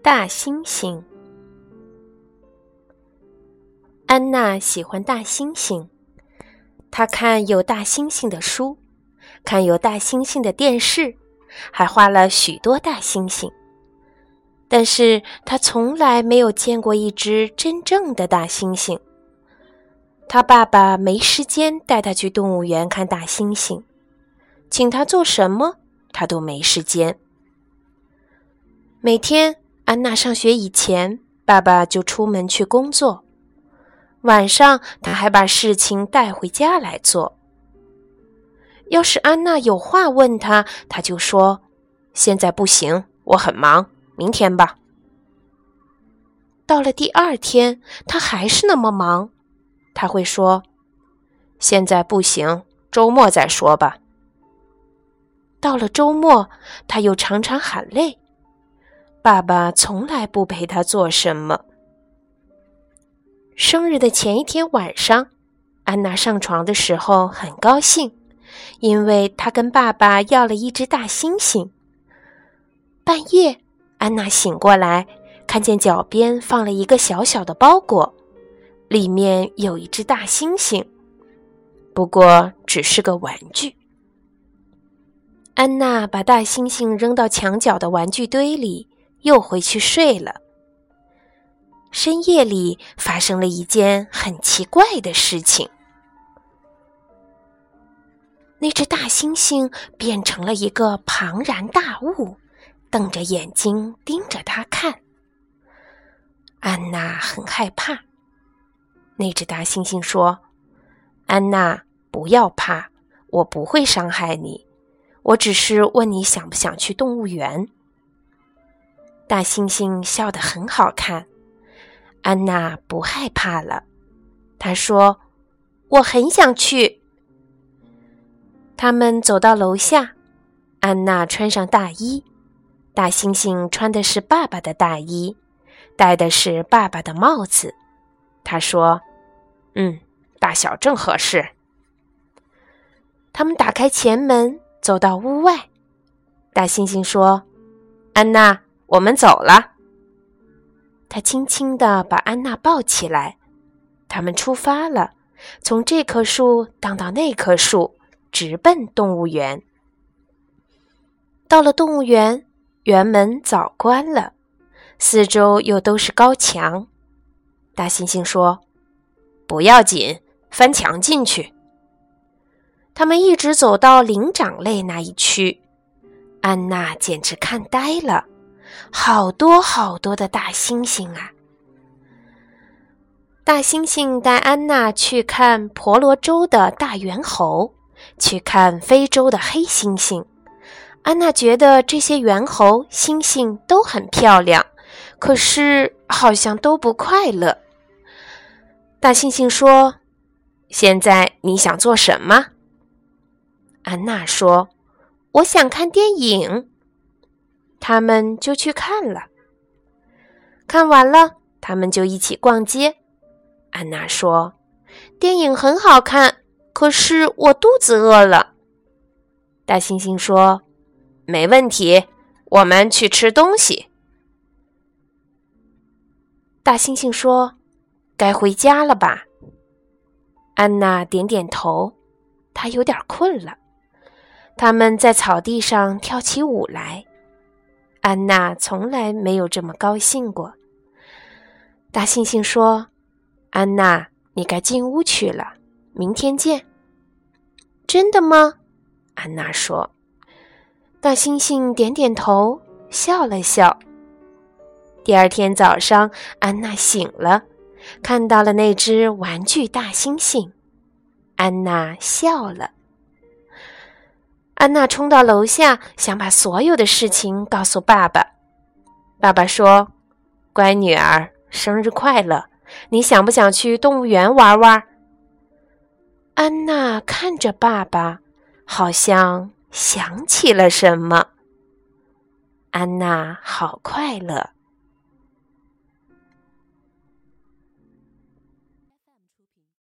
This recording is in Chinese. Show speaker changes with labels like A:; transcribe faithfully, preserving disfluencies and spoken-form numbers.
A: 大猩猩。安娜喜欢大猩猩，她看有大猩猩的书，看有大猩猩的电视，还画了许多大猩猩。但是她从来没有见过一只真正的大猩猩。她爸爸没时间带她去动物园看大猩猩，请她做什么，她都没时间。每天安娜上学以前，爸爸就出门去工作，晚上他还把事情带回家来做。要是安娜有话问他，他就说：现在不行，我很忙，明天吧。到了第二天，他还是那么忙，他会说：现在不行，周末再说吧。到了周末，他又常常喊累，爸爸从来不陪他做什么。生日的前一天晚上，安娜上床的时候很高兴，因为她跟爸爸要了一只大猩猩。半夜，安娜醒过来，看见脚边放了一个小小的包裹，里面有一只大猩猩，不过只是个玩具。安娜把大猩猩扔到墙角的玩具堆里，又回去睡了。深夜里发生了一件很奇怪的事情，那只大猩猩变成了一个庞然大物，瞪着眼睛盯着他看。安娜很害怕。那只大猩猩说：安娜，不要怕，我不会伤害你，我只是问你想不想去动物园。大猩猩笑得很好看，安娜不害怕了。她说：我很想去。他们走到楼下，安娜穿上大衣，大猩猩穿的是爸爸的大衣，戴的是爸爸的帽子。他说：嗯，大小正合适。他们打开前门，走到屋外。大猩猩说：安娜，我们走了。他轻轻地把安娜抱起来，他们出发了，从这棵树荡到那棵树，直奔动物园。到了动物园，园门早关了，四周又都是高墙。大猩猩说：不要紧，翻墙进去。他们一直走到灵长类那一区，安娜简直看呆了，好多好多的大猩猩啊！大猩猩带安娜去看婆罗洲的大猿猴，去看非洲的黑猩猩。安娜觉得这些猿猴、猩猩都很漂亮，可是好像都不快乐。大猩猩说：现在你想做什么？安娜说：我想看电影。他们就去看了。看完了，他们就一起逛街。安娜说：电影很好看，可是我肚子饿了。大猩猩说：没问题，我们去吃东西。大猩猩说：该回家了吧？安娜点点头，她有点困了。他们在草地上跳起舞来。安娜从来没有这么高兴过。大猩猩说：安娜，你该进屋去了，明天见。真的吗？安娜说。大猩猩点点头，笑了笑。第二天早上，安娜醒了，看到了那只玩具大猩猩。安娜笑了。安娜冲到楼下，想把所有的事情告诉爸爸。爸爸说：乖女儿，生日快乐，你想不想去动物园玩玩？安娜看着爸爸，好像想起了什么。安娜好快乐。